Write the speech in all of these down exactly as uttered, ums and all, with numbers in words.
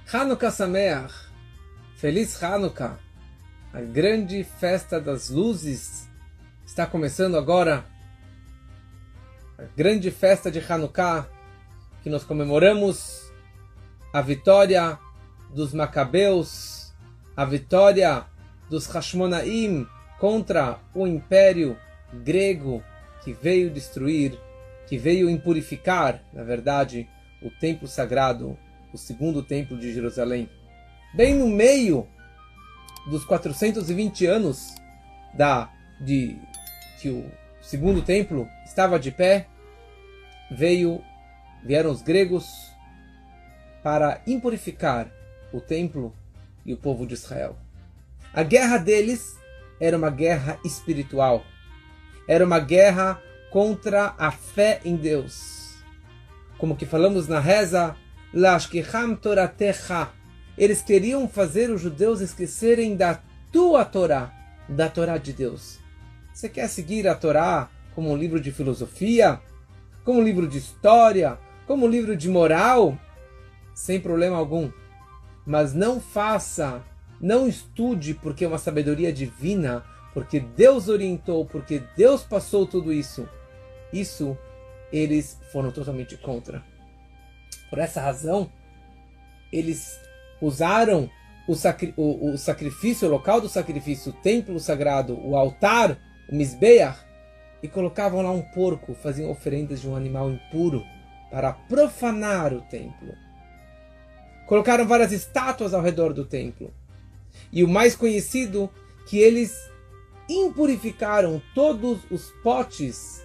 Hanukkah Sameach, Feliz Hanukkah, a grande festa das luzes está começando agora. A grande festa de Hanukkah, que nós comemoramos a vitória dos Macabeus, a vitória dos Hashmonaim contra o Império Grego, que veio destruir, que veio impurificar, na verdade, o templo sagrado, o segundo templo de Jerusalém. Bem no meio dos quatrocentos e vinte anos da, de, que o segundo templo estava de pé, veio, vieram os gregos para impurificar o templo e o povo de Israel. A guerra deles era uma guerra espiritual. Era uma guerra contra a fé em Deus. Como que falamos na reza, Lashkicham Toratecha. Eles queriam fazer os judeus esquecerem da tua Torá, da Torá de Deus. Você quer seguir a Torá como um livro de filosofia, como um livro de história, como um livro de moral? Sem problema algum. Mas não faça, não estude porque é uma sabedoria divina, porque Deus orientou, porque Deus passou tudo isso. Isso eles foram totalmente contra. Por essa razão, eles usaram o, sacri o, o sacrifício, o local do sacrifício, o templo sagrado, o altar, o Mizbeach, e colocavam lá um porco, faziam oferendas de um animal impuro para profanar o templo. Colocaram várias estátuas ao redor do templo. E o mais conhecido, que eles impurificaram todos os potes,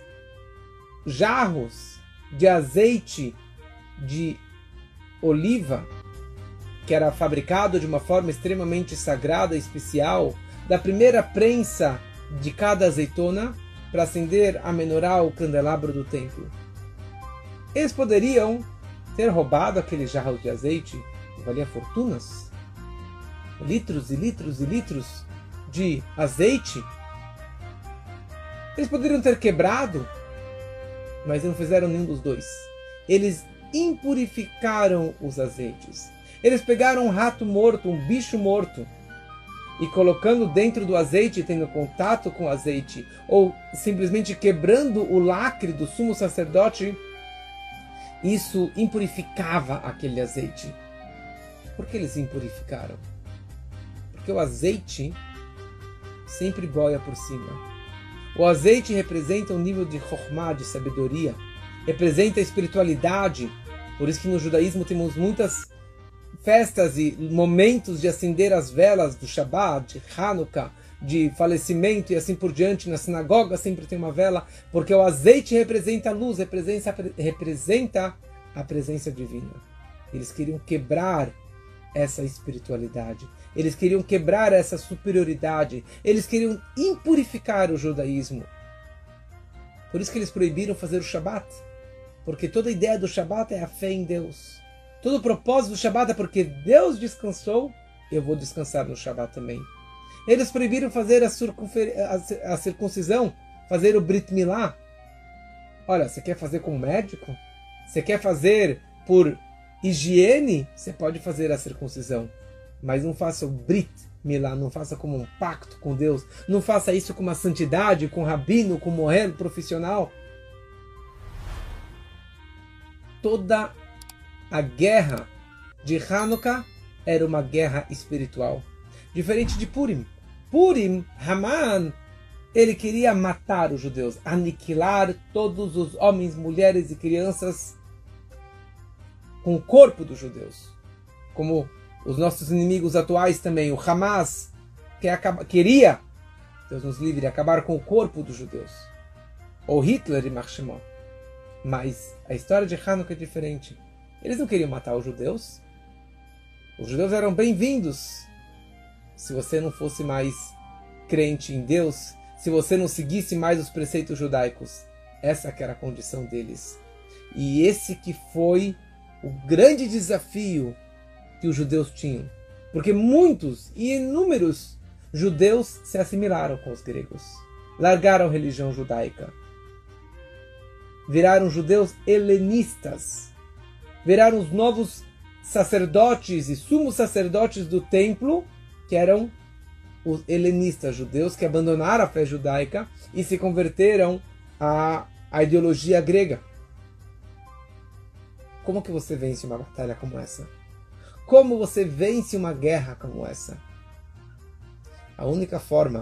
jarros de azeite de oliva, que era fabricado de uma forma extremamente sagrada e especial, da primeira prensa de cada azeitona, para acender a menorá, o candelabro do templo. Eles poderiam ter roubado aquele jarro de azeite, que valia fortunas, litros e litros e litros de azeite. Eles poderiam ter quebrado, mas não fizeram nenhum dos dois. Eles impurificaram os azeites. Eles pegaram um rato morto, um bicho morto, e colocando dentro do azeite, tendo contato com o azeite, ou simplesmente quebrando o lacre do sumo sacerdote, isso impurificava aquele azeite. Por que eles impurificaram? Porque o azeite sempre boia por cima. O azeite representa um nível de chokhmah, de sabedoria, representa a espiritualidade. Por isso que no judaísmo temos muitas festas e momentos de acender as velas do Shabbat, de Hanukkah, de falecimento e assim por diante. Na sinagoga sempre tem uma vela, porque o azeite representa a luz, representa, representa a presença divina. Eles queriam quebrar essa espiritualidade. Eles queriam quebrar essa superioridade. Eles queriam impurificar o judaísmo. Por isso que eles proibiram fazer o Shabat. Porque toda a ideia do Shabat é a fé em Deus. Todo o propósito do Shabat é porque Deus descansou, eu vou descansar no Shabat também. Eles proibiram fazer a, a, a circuncisão, fazer o Brit Milá. Olha, você quer fazer com um médico? Você quer fazer por higiene? Você pode fazer a circuncisão. Mas não faça o Brit Milá, não faça como um pacto com Deus. Não faça isso com uma santidade, com um rabino, com um morrel profissional. Toda a guerra de Hanukkah era uma guerra espiritual. Diferente de Purim. Purim, Haman, ele queria matar os judeus, aniquilar todos os homens, mulheres e crianças com o corpo dos judeus. Como os nossos inimigos atuais também, o Hamas, que acaba, queria, Deus nos livre, acabar com o corpo dos judeus. Ou Hitler e Marshmallow. Mas a história de Hanukkah é diferente. Eles não queriam matar os judeus. Os judeus eram bem-vindos. Se você não fosse mais crente em Deus, se você não seguisse mais os preceitos judaicos, essa que era a condição deles. E esse que foi o grande desafio que os judeus tinham. Porque muitos e inúmeros judeus se assimilaram com os gregos. Largaram a religião judaica. Viraram judeus helenistas. Viraram os novos sacerdotes e sumos sacerdotes do templo, que eram os helenistas, judeus que abandonaram a fé judaica e se converteram à, à ideologia grega. Como que você vence uma batalha como essa? Como você vence uma guerra como essa? A única forma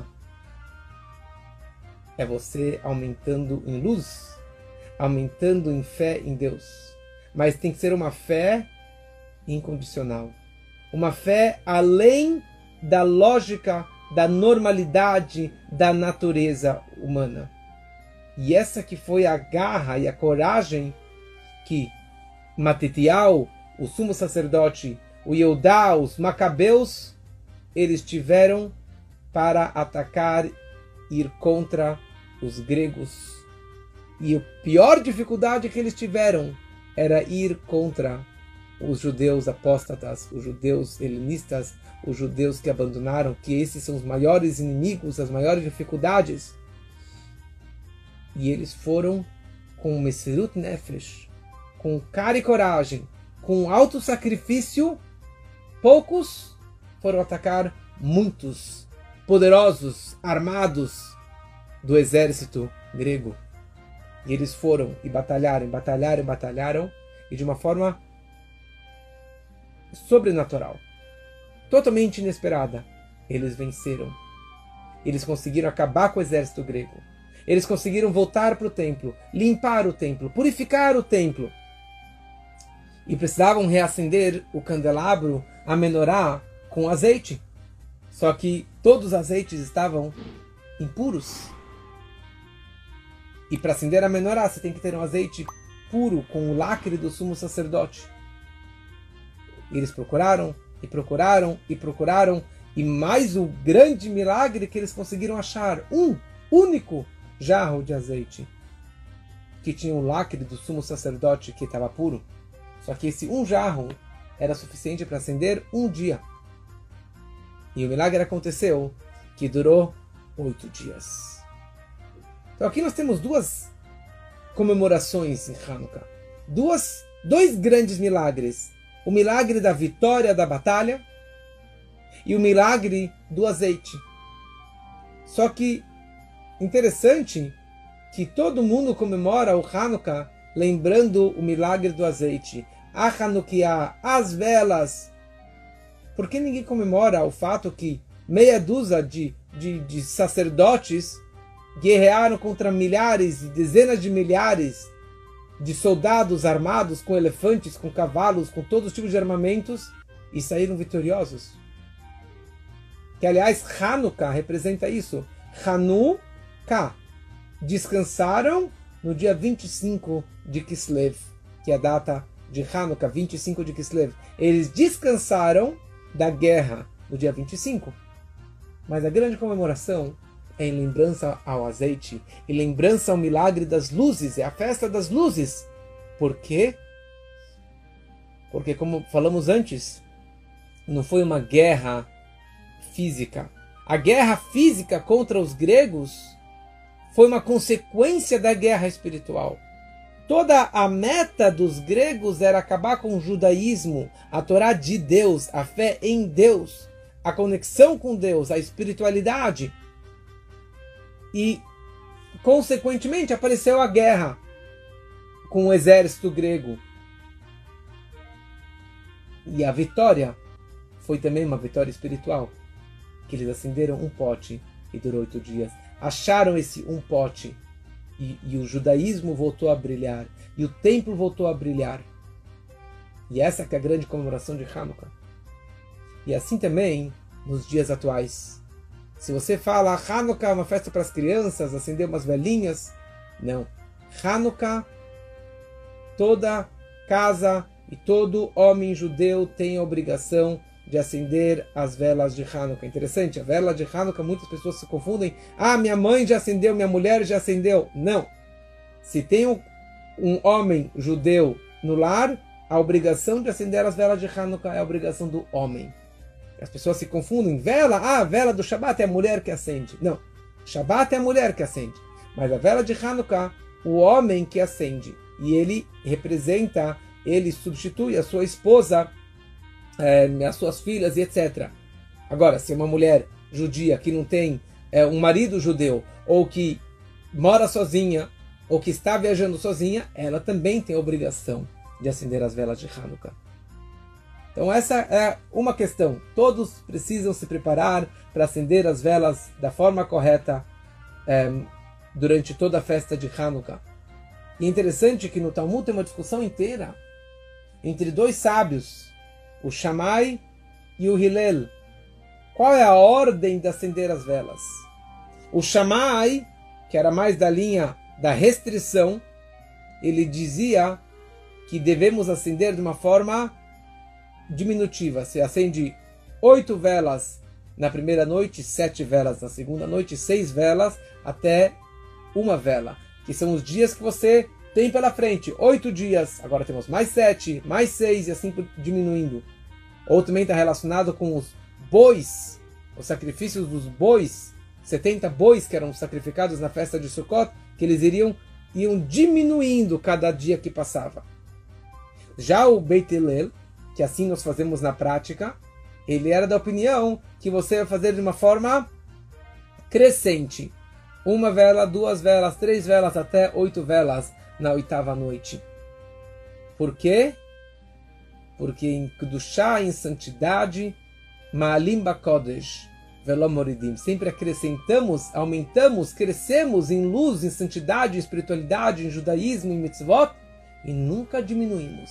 é você aumentando em luz, aumentando em fé em Deus. Mas tem que ser uma fé incondicional. Uma fé além da lógica, da normalidade, da natureza humana. E essa que foi a garra e a coragem que Matitial, o sumo sacerdote, o Yehudá, os Macabeus, eles tiveram para atacar, ir contra os gregos. E a pior dificuldade que eles tiveram era ir contra os judeus apóstatas, os judeus helenistas, os judeus que abandonaram, que esses são os maiores inimigos, as maiores dificuldades. E eles foram com Mesirut Nefesh, com cara e coragem, com alto sacrifício. Poucos foram atacar muitos poderosos, armados do exército grego. E eles foram e batalharam, batalharam, batalharam, e de uma forma sobrenatural, totalmente inesperada, eles venceram. Eles conseguiram acabar com o exército grego. Eles conseguiram voltar para o templo, limpar o templo, purificar o templo. E precisavam reacender o candelabro, a menorá, com azeite. Só que todos os azeites estavam impuros. E para acender a menorá, você tem que ter um azeite puro, com o lacre do sumo sacerdote. Eles procuraram, e procuraram, e procuraram, e mais o grande milagre que eles conseguiram achar, um único jarro de azeite, que tinha o lacre do sumo sacerdote que estava puro. Só que esse um jarro era suficiente para acender um dia. E o milagre aconteceu, que durou oito dias. Então aqui nós temos duas comemorações em Hanukkah. Duas, dois grandes milagres. O milagre da vitória da batalha e o milagre do azeite. Só que interessante que todo mundo comemora o Hanukkah lembrando o milagre do azeite. A Hanukkah, as velas. Por que ninguém comemora o fato que meia dúzia de, de, de sacerdotes guerrearam contra milhares e dezenas de milhares de soldados armados com elefantes, com cavalos, com todos os tipos de armamentos e saíram vitoriosos? Que, aliás, Hanukkah representa isso. Hanukkah. Descansaram no dia vinte e cinco de Kislev, que é a data de Hanukkah, vinte e cinco de Kislev. Eles descansaram da guerra no dia vinte e cinco. Mas a grande comemoração é em lembrança ao azeite, em lembrança ao milagre das luzes, é a festa das luzes. Por quê? Porque, como falamos antes, não foi uma guerra física. A guerra física contra os gregos foi uma consequência da guerra espiritual. Toda a meta dos gregos era acabar com o judaísmo, a Torá de Deus, a fé em Deus, a conexão com Deus, a espiritualidade. E, consequentemente, apareceu a guerra com o exército grego. E a vitória foi também uma vitória espiritual, que eles acenderam um pote e durou oito dias. Acharam esse um pote e, e o judaísmo voltou a brilhar, e o templo voltou a brilhar. E essa que é a grande comemoração de Hanukkah. E assim também nos dias atuais. Se você fala Hanukkah é uma festa para as crianças, acender umas velhinhas, não. Hanukkah, toda casa e todo homem judeu tem a obrigação de acender as velas de Hanukkah. Interessante, a vela de Hanukkah, muitas pessoas se confundem. Ah, minha mãe já acendeu, minha mulher já acendeu. Não. Se tem um, um homem judeu no lar, a obrigação de acender as velas de Hanukkah é a obrigação do homem. As pessoas se confundem. Vela, ah, a vela do Shabat é a mulher que acende. Não, Shabat é a mulher que acende. Mas a vela de Hanukkah, o homem que acende. E ele representa, ele substitui a sua esposa é, as suas filhas e etcétera. Agora, se uma mulher judia que não tem é, um marido judeu, ou que mora sozinha, ou que está viajando sozinha, ela também tem a obrigação de acender as velas de Hanukkah. Então essa é uma questão. Todos precisam se preparar para acender as velas da forma correta é, durante toda a festa de Hanukkah. E é interessante que no Talmud tem uma discussão inteira entre dois sábios, o Shammai e o Hillel. Qual é a ordem de acender as velas? O Shammai, que era mais da linha da restrição, ele dizia que devemos acender de uma forma diminutiva. Se acende oito velas na primeira noite, sete velas na segunda noite, seis velas até uma vela, que são os dias que você tem pela frente. Oito dias, agora temos mais sete, mais seis e assim diminuindo. Ou também está relacionado com os bois, os sacrifícios dos bois, setenta bois que eram sacrificados na festa de Sukkot, que eles iriam iam diminuindo cada dia que passava. Já o Beit Hillel, que assim nós fazemos na prática, ele era da opinião que você vai fazer de uma forma crescente. Uma vela, duas velas, três velas, até oito velas na oitava noite. Por quê? Porque em Kedushá, em santidade, Ma'alim Bakodesh, Velo Moridim, sempre acrescentamos, aumentamos, crescemos em luz, em santidade, em espiritualidade, em judaísmo, em mitzvot, e nunca diminuímos.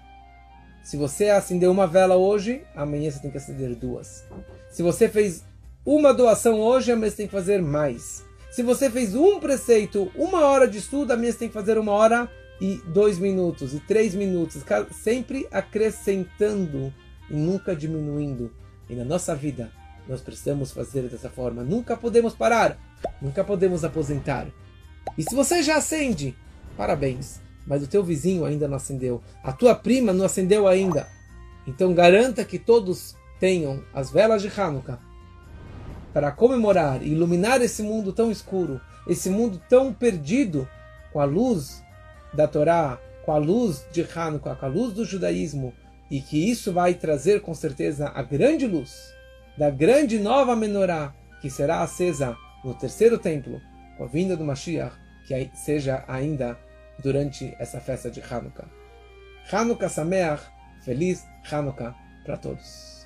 Se você acendeu uma vela hoje, amanhã você tem que acender duas. Se você fez uma doação hoje, amanhã você tem que fazer mais. Se você fez um preceito, uma hora de estudo, amanhã você tem que fazer uma hora e dois minutos, e três minutos, sempre acrescentando e nunca diminuindo. E na nossa vida, nós precisamos fazer dessa forma. Nunca podemos parar, nunca podemos aposentar. E se você já acende, parabéns. Mas o teu vizinho ainda não acendeu. A tua prima não acendeu ainda. Então garanta que todos tenham as velas de Hanukkah para comemorar e iluminar esse mundo tão escuro, esse mundo tão perdido, com a luz da Torá, com a luz de Hanukkah, com a luz do judaísmo, e que isso vai trazer com certeza a grande luz da grande nova menorá que será acesa no terceiro templo, com a vinda do Mashiach, que seja ainda durante essa festa de Hanukkah. Hanukkah Sameach, feliz Hanukkah para todos.